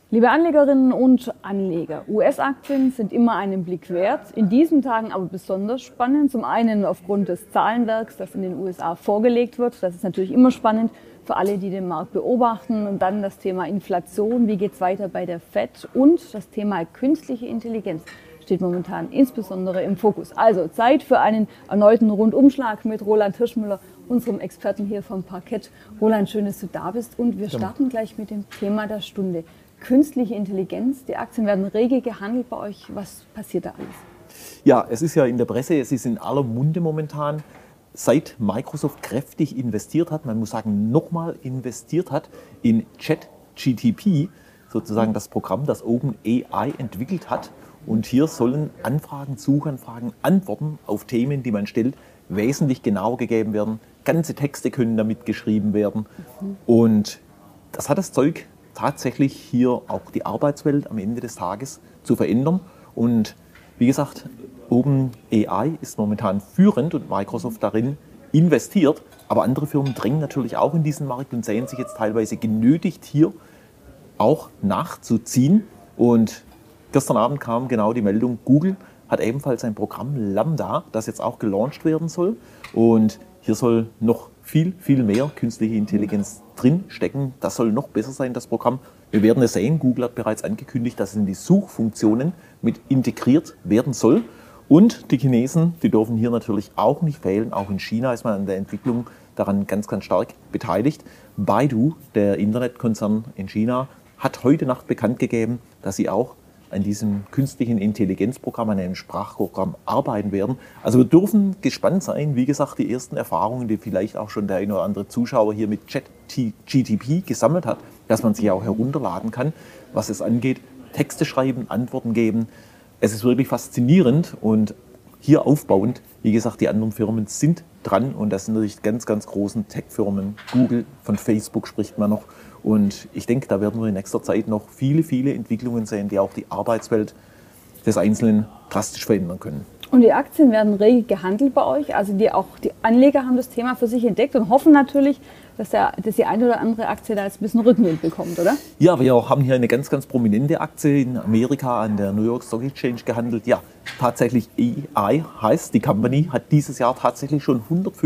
Liebe Anlegerinnen und Anleger, US-Aktien sind immer einen Blick wert, in diesen Tagen aber besonders spannend. Zum einen aufgrund des Zahlenwerks, das in den USA vorgelegt wird. Das ist natürlich immer spannend für alle, die den Markt beobachten. Und dann das Thema Inflation, wie geht es weiter bei der FED, und das Thema künstliche Intelligenz steht momentan insbesondere im Fokus. Also Zeit für einen erneuten Rundumschlag mit Roland Hirschmüller, unserem Experten hier vom Parkett. Roland, schön, dass du da bist, und wir starten gleich mit dem Thema der Stunde. Künstliche Intelligenz, die Aktien werden rege gehandelt bei euch. Was passiert da alles? Ja, es ist ja in der Presse, es ist in aller Munde momentan, seit Microsoft kräftig investiert hat, man muss sagen, nochmal investiert hat in ChatGPT, sozusagen das Programm, das OpenAI entwickelt hat. Und hier sollen Anfragen, Suchanfragen, Antworten auf Themen, die man stellt, wesentlich genauer gegeben werden. Ganze Texte können damit geschrieben werden. Und das hat das Zeug, tatsächlich hier auch die Arbeitswelt am Ende des Tages zu verändern. Und wie gesagt, OpenAI ist momentan führend und Microsoft darin investiert. Aber andere Firmen drängen natürlich auch in diesen Markt und sehen sich jetzt teilweise genötigt, hier auch nachzuziehen. Und gestern Abend kam genau die Meldung, Google hat ebenfalls ein Programm Lambda, das jetzt auch gelauncht werden soll. Und hier soll noch viel, viel mehr künstliche Intelligenz drin stecken. Das soll noch besser sein, das Programm. Wir werden es sehen. Google hat bereits angekündigt, dass es in die Suchfunktionen mit integriert werden soll. Und die Chinesen, die dürfen hier natürlich auch nicht fehlen. Auch in China ist man an der Entwicklung daran ganz, ganz stark beteiligt. Baidu, der Internetkonzern in China, hat heute Nacht bekannt gegeben, dass sie auch an diesem künstlichen Intelligenzprogramm, an einem Sprachprogramm arbeiten werden. Also wir dürfen gespannt sein. Wie gesagt, die ersten Erfahrungen, die vielleicht auch schon der eine oder andere Zuschauer hier mit ChatGPT gesammelt hat, dass man sich auch herunterladen kann, was es angeht. Texte schreiben, Antworten geben. Es ist wirklich faszinierend und hier aufbauend. Wie gesagt, die anderen Firmen sind dran und das sind natürlich ganz, ganz großen Tech-Firmen. Google, von Facebook spricht man noch. Und ich denke, da werden wir in nächster Zeit noch viele, viele Entwicklungen sehen, die auch die Arbeitswelt des Einzelnen drastisch verändern können. Und die Aktien werden rege gehandelt bei euch. Also die Anleger haben das Thema für sich entdeckt und hoffen natürlich, dass die eine oder andere Aktie da jetzt ein bisschen Rückenwind bekommt, oder? Ja, wir haben hier eine ganz, ganz prominente Aktie in Amerika an der New York Stock Exchange gehandelt. Ja, tatsächlich AI heißt, die Company hat dieses Jahr tatsächlich schon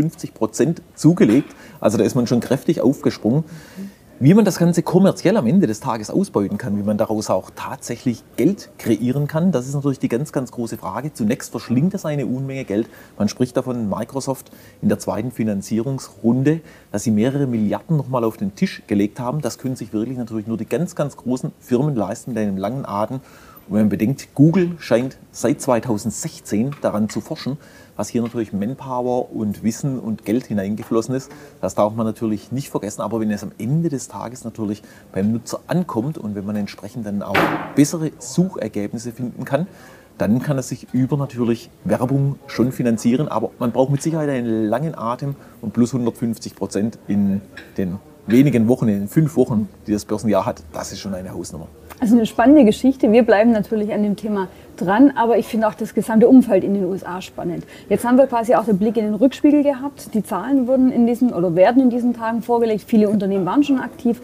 150% zugelegt. Also da ist man schon kräftig aufgesprungen. Wie man das Ganze kommerziell am Ende des Tages ausbeuten kann, wie man daraus auch tatsächlich Geld kreieren kann, das ist natürlich die ganz, ganz große Frage. Zunächst verschlingt es eine Unmenge Geld. Man spricht davon, Microsoft in der zweiten Finanzierungsrunde, dass sie mehrere Milliarden nochmal auf den Tisch gelegt haben. Das können sich wirklich natürlich nur die ganz, ganz großen Firmen leisten mit einem langen Atem. Und wenn man bedenkt, Google scheint seit 2016 daran zu forschen, was hier natürlich Manpower und Wissen und Geld hineingeflossen ist. Das darf man natürlich nicht vergessen. Aber wenn es am Ende des Tages natürlich beim Nutzer ankommt und wenn man entsprechend dann auch bessere Suchergebnisse finden kann, dann kann es sich über natürlich Werbung schon finanzieren. Aber man braucht mit Sicherheit einen langen Atem und plus 150% in den wenigen Wochen, in den 5 Wochen, die das Börsenjahr hat. Das ist schon eine Hausnummer. Also eine spannende Geschichte. Wir bleiben natürlich an dem Thema dran, aber ich finde auch das gesamte Umfeld in den USA spannend. Jetzt haben wir quasi auch den Blick in den Rückspiegel gehabt. Die Zahlen werden in diesen Tagen vorgelegt. Viele Unternehmen waren schon aktiv.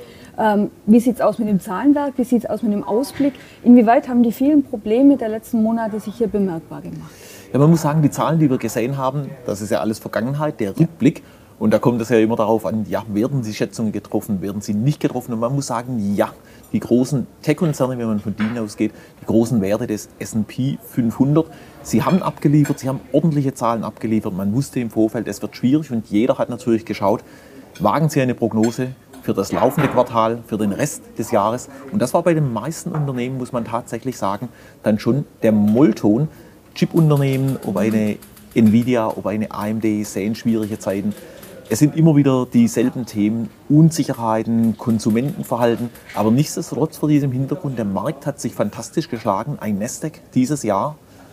Wie sieht es aus mit dem Zahlenwerk? Wie sieht es aus mit dem Ausblick? Inwieweit haben die vielen Probleme der letzten Monate sich hier bemerkbar gemacht? Ja, man muss sagen, die Zahlen, die wir gesehen haben, das ist ja alles Vergangenheit, der Rückblick. Und da kommt es ja immer darauf an, ja, werden die Schätzungen getroffen, werden sie nicht getroffen? Und man muss sagen, ja, die großen Tech-Konzerne, wenn man von denen ausgeht, die großen Werte des S&P 500, sie haben abgeliefert, sie haben ordentliche Zahlen abgeliefert. Man wusste im Vorfeld, es wird schwierig und jeder hat natürlich geschaut, wagen sie eine Prognose für das laufende Quartal, für den Rest des Jahres. Und das war bei den meisten Unternehmen, muss man tatsächlich sagen, dann schon der Mollton. Chip-Unternehmen, ob eine Nvidia, ob eine AMD, sehen schwierige Zeiten. Es sind immer wieder dieselben Themen, Unsicherheiten, Konsumentenverhalten, aber nichtsdestotrotz vor diesem Hintergrund, der Markt hat sich fantastisch geschlagen. Ein Nasdaq dieses Jahr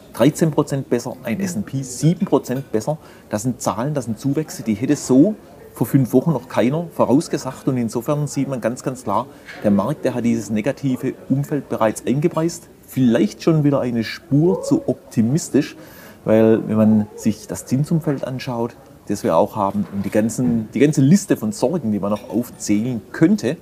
13% besser, ein S&P 7% besser. Das sind Zahlen, das sind Zuwächse, die hätte so vor 5 Wochen noch keiner vorausgesagt. Und insofern sieht man ganz, ganz klar, der Markt, der hat dieses negative Umfeld bereits eingepreist. Vielleicht schon wieder eine Spur zu optimistisch, weil wenn man sich das Zinsumfeld anschaut, das wir auch haben und die ganze Liste von Sorgen, die man noch aufzählen könnte,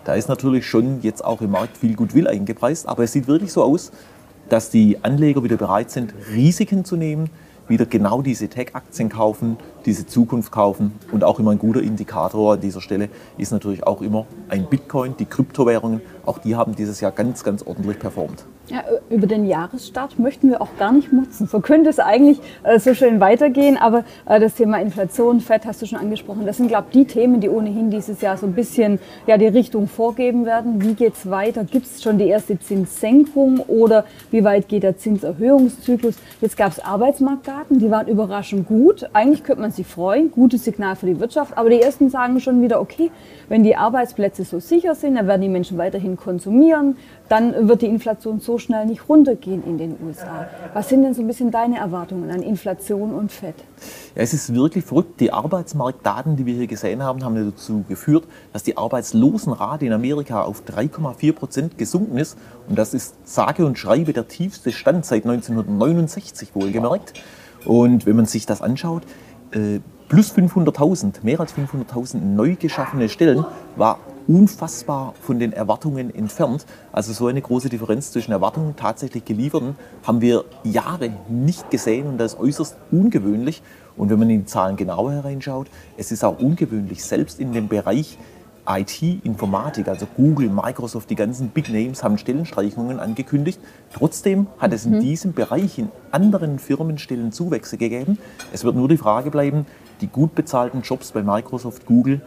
Da ist natürlich schon jetzt auch im Markt viel Goodwill eingepreist, aber es sieht wirklich so aus, dass die Anleger wieder bereit sind, Risiken zu nehmen, wieder genau diese Tech-Aktien kaufen, diese Zukunft kaufen. Und auch immer ein guter Indikator an dieser Stelle ist natürlich auch immer ein Bitcoin, die Kryptowährungen. Auch die haben dieses Jahr ganz, ganz ordentlich performt. Ja, über den Jahresstart möchten wir auch gar nicht motzen. So könnte es eigentlich so schön weitergehen. Aber das Thema Inflation, Fed hast du schon angesprochen. Das sind, glaube ich, die Themen, die ohnehin dieses Jahr so ein bisschen die Richtung vorgeben werden. Wie geht es weiter? Gibt es schon die erste Zinssenkung oder wie weit geht der Zinserhöhungszyklus? Jetzt gab es Arbeitsmarktdaten, die waren überraschend gut. Eigentlich könnte man sich freuen, gutes Signal für die Wirtschaft. Aber die ersten sagen schon wieder, okay, wenn die Arbeitsplätze so sicher sind, dann werden die Menschen weiterhin konsumieren. Dann wird die Inflation so schnell nicht runtergehen in den USA. Was sind denn so ein bisschen deine Erwartungen an Inflation und Fed? Ja, es ist wirklich verrückt. Die Arbeitsmarktdaten, die wir hier gesehen haben, haben dazu geführt, dass die Arbeitslosenrate in Amerika auf 3,4% gesunken ist. Und das ist sage und schreibe der tiefste Stand seit 1969 wohlgemerkt. Und wenn man sich das anschaut, plus 500.000, mehr als 500.000 neu geschaffene Stellen war unfassbar von den Erwartungen entfernt. Also so eine große Differenz zwischen Erwartungen und tatsächlich gelieferten haben wir Jahre nicht gesehen und das ist äußerst ungewöhnlich. Und wenn man in die Zahlen genauer hereinschaut, es ist auch ungewöhnlich, selbst in dem Bereich IT, Informatik, also Google, Microsoft, die ganzen Big Names haben Stellenstreichungen angekündigt. Trotzdem hat es in diesem Bereich in anderen Firmen Stellenzuwächse gegeben. Es wird nur die Frage bleiben, die gut bezahlten Jobs bei Microsoft, Google,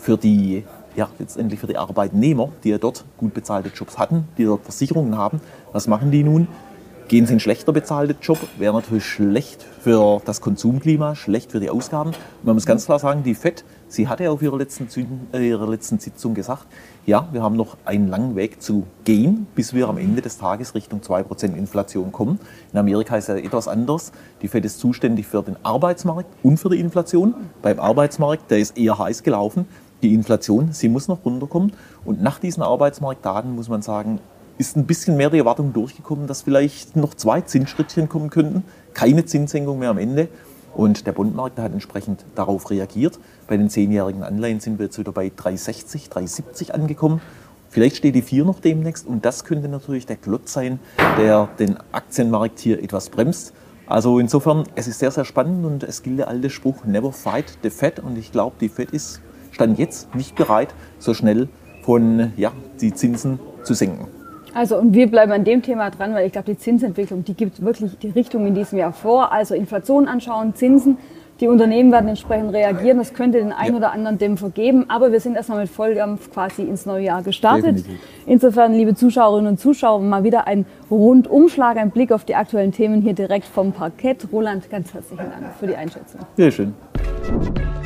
letztendlich für die Arbeitnehmer, die ja dort gut bezahlte Jobs hatten, die dort Versicherungen haben. Was machen die nun? Gehen sie in schlechter bezahlte Job, wäre natürlich schlecht für das Konsumklima, schlecht für die Ausgaben. Und man muss ganz klar sagen, die Fed, sie hatte auf ihrer letzten Sitzung gesagt, ja, wir haben noch einen langen Weg zu gehen, bis wir am Ende des Tages Richtung 2% Inflation kommen. In Amerika ist ja etwas anders. Die Fed ist zuständig für den Arbeitsmarkt und für die Inflation. Beim Arbeitsmarkt, der ist eher heiß gelaufen. Die Inflation, sie muss noch runterkommen. Und nach diesen Arbeitsmarktdaten muss man sagen, ist ein bisschen mehr die Erwartung durchgekommen, dass vielleicht noch 2 Zinsschrittchen kommen könnten. Keine Zinssenkung mehr am Ende. Und der Bondmarkt hat entsprechend darauf reagiert. Bei den 10-jährigen Anleihen sind wir jetzt wieder bei 3,60, 3,70 angekommen. Vielleicht steht die 4 noch demnächst. Und das könnte natürlich der Klotz sein, der den Aktienmarkt hier etwas bremst. Also insofern, es ist sehr, sehr spannend und es gilt der alte Spruch, never fight the Fed. Und ich glaube, die Fed ist Stand jetzt nicht bereit, so schnell die Zinsen zu senken. Also und wir bleiben an dem Thema dran, weil ich glaube, die Zinsentwicklung, die gibt wirklich die Richtung in diesem Jahr vor. Also Inflation anschauen, Zinsen, die Unternehmen werden entsprechend reagieren. Das könnte den einen oder anderen Dämpfer geben, aber wir sind erstmal mit Volldampf quasi ins neue Jahr gestartet. Definitiv. Insofern, liebe Zuschauerinnen und Zuschauer, mal wieder ein Rundumschlag, ein Blick auf die aktuellen Themen hier direkt vom Parkett. Roland, ganz herzlichen Dank für die Einschätzung. Sehr schön.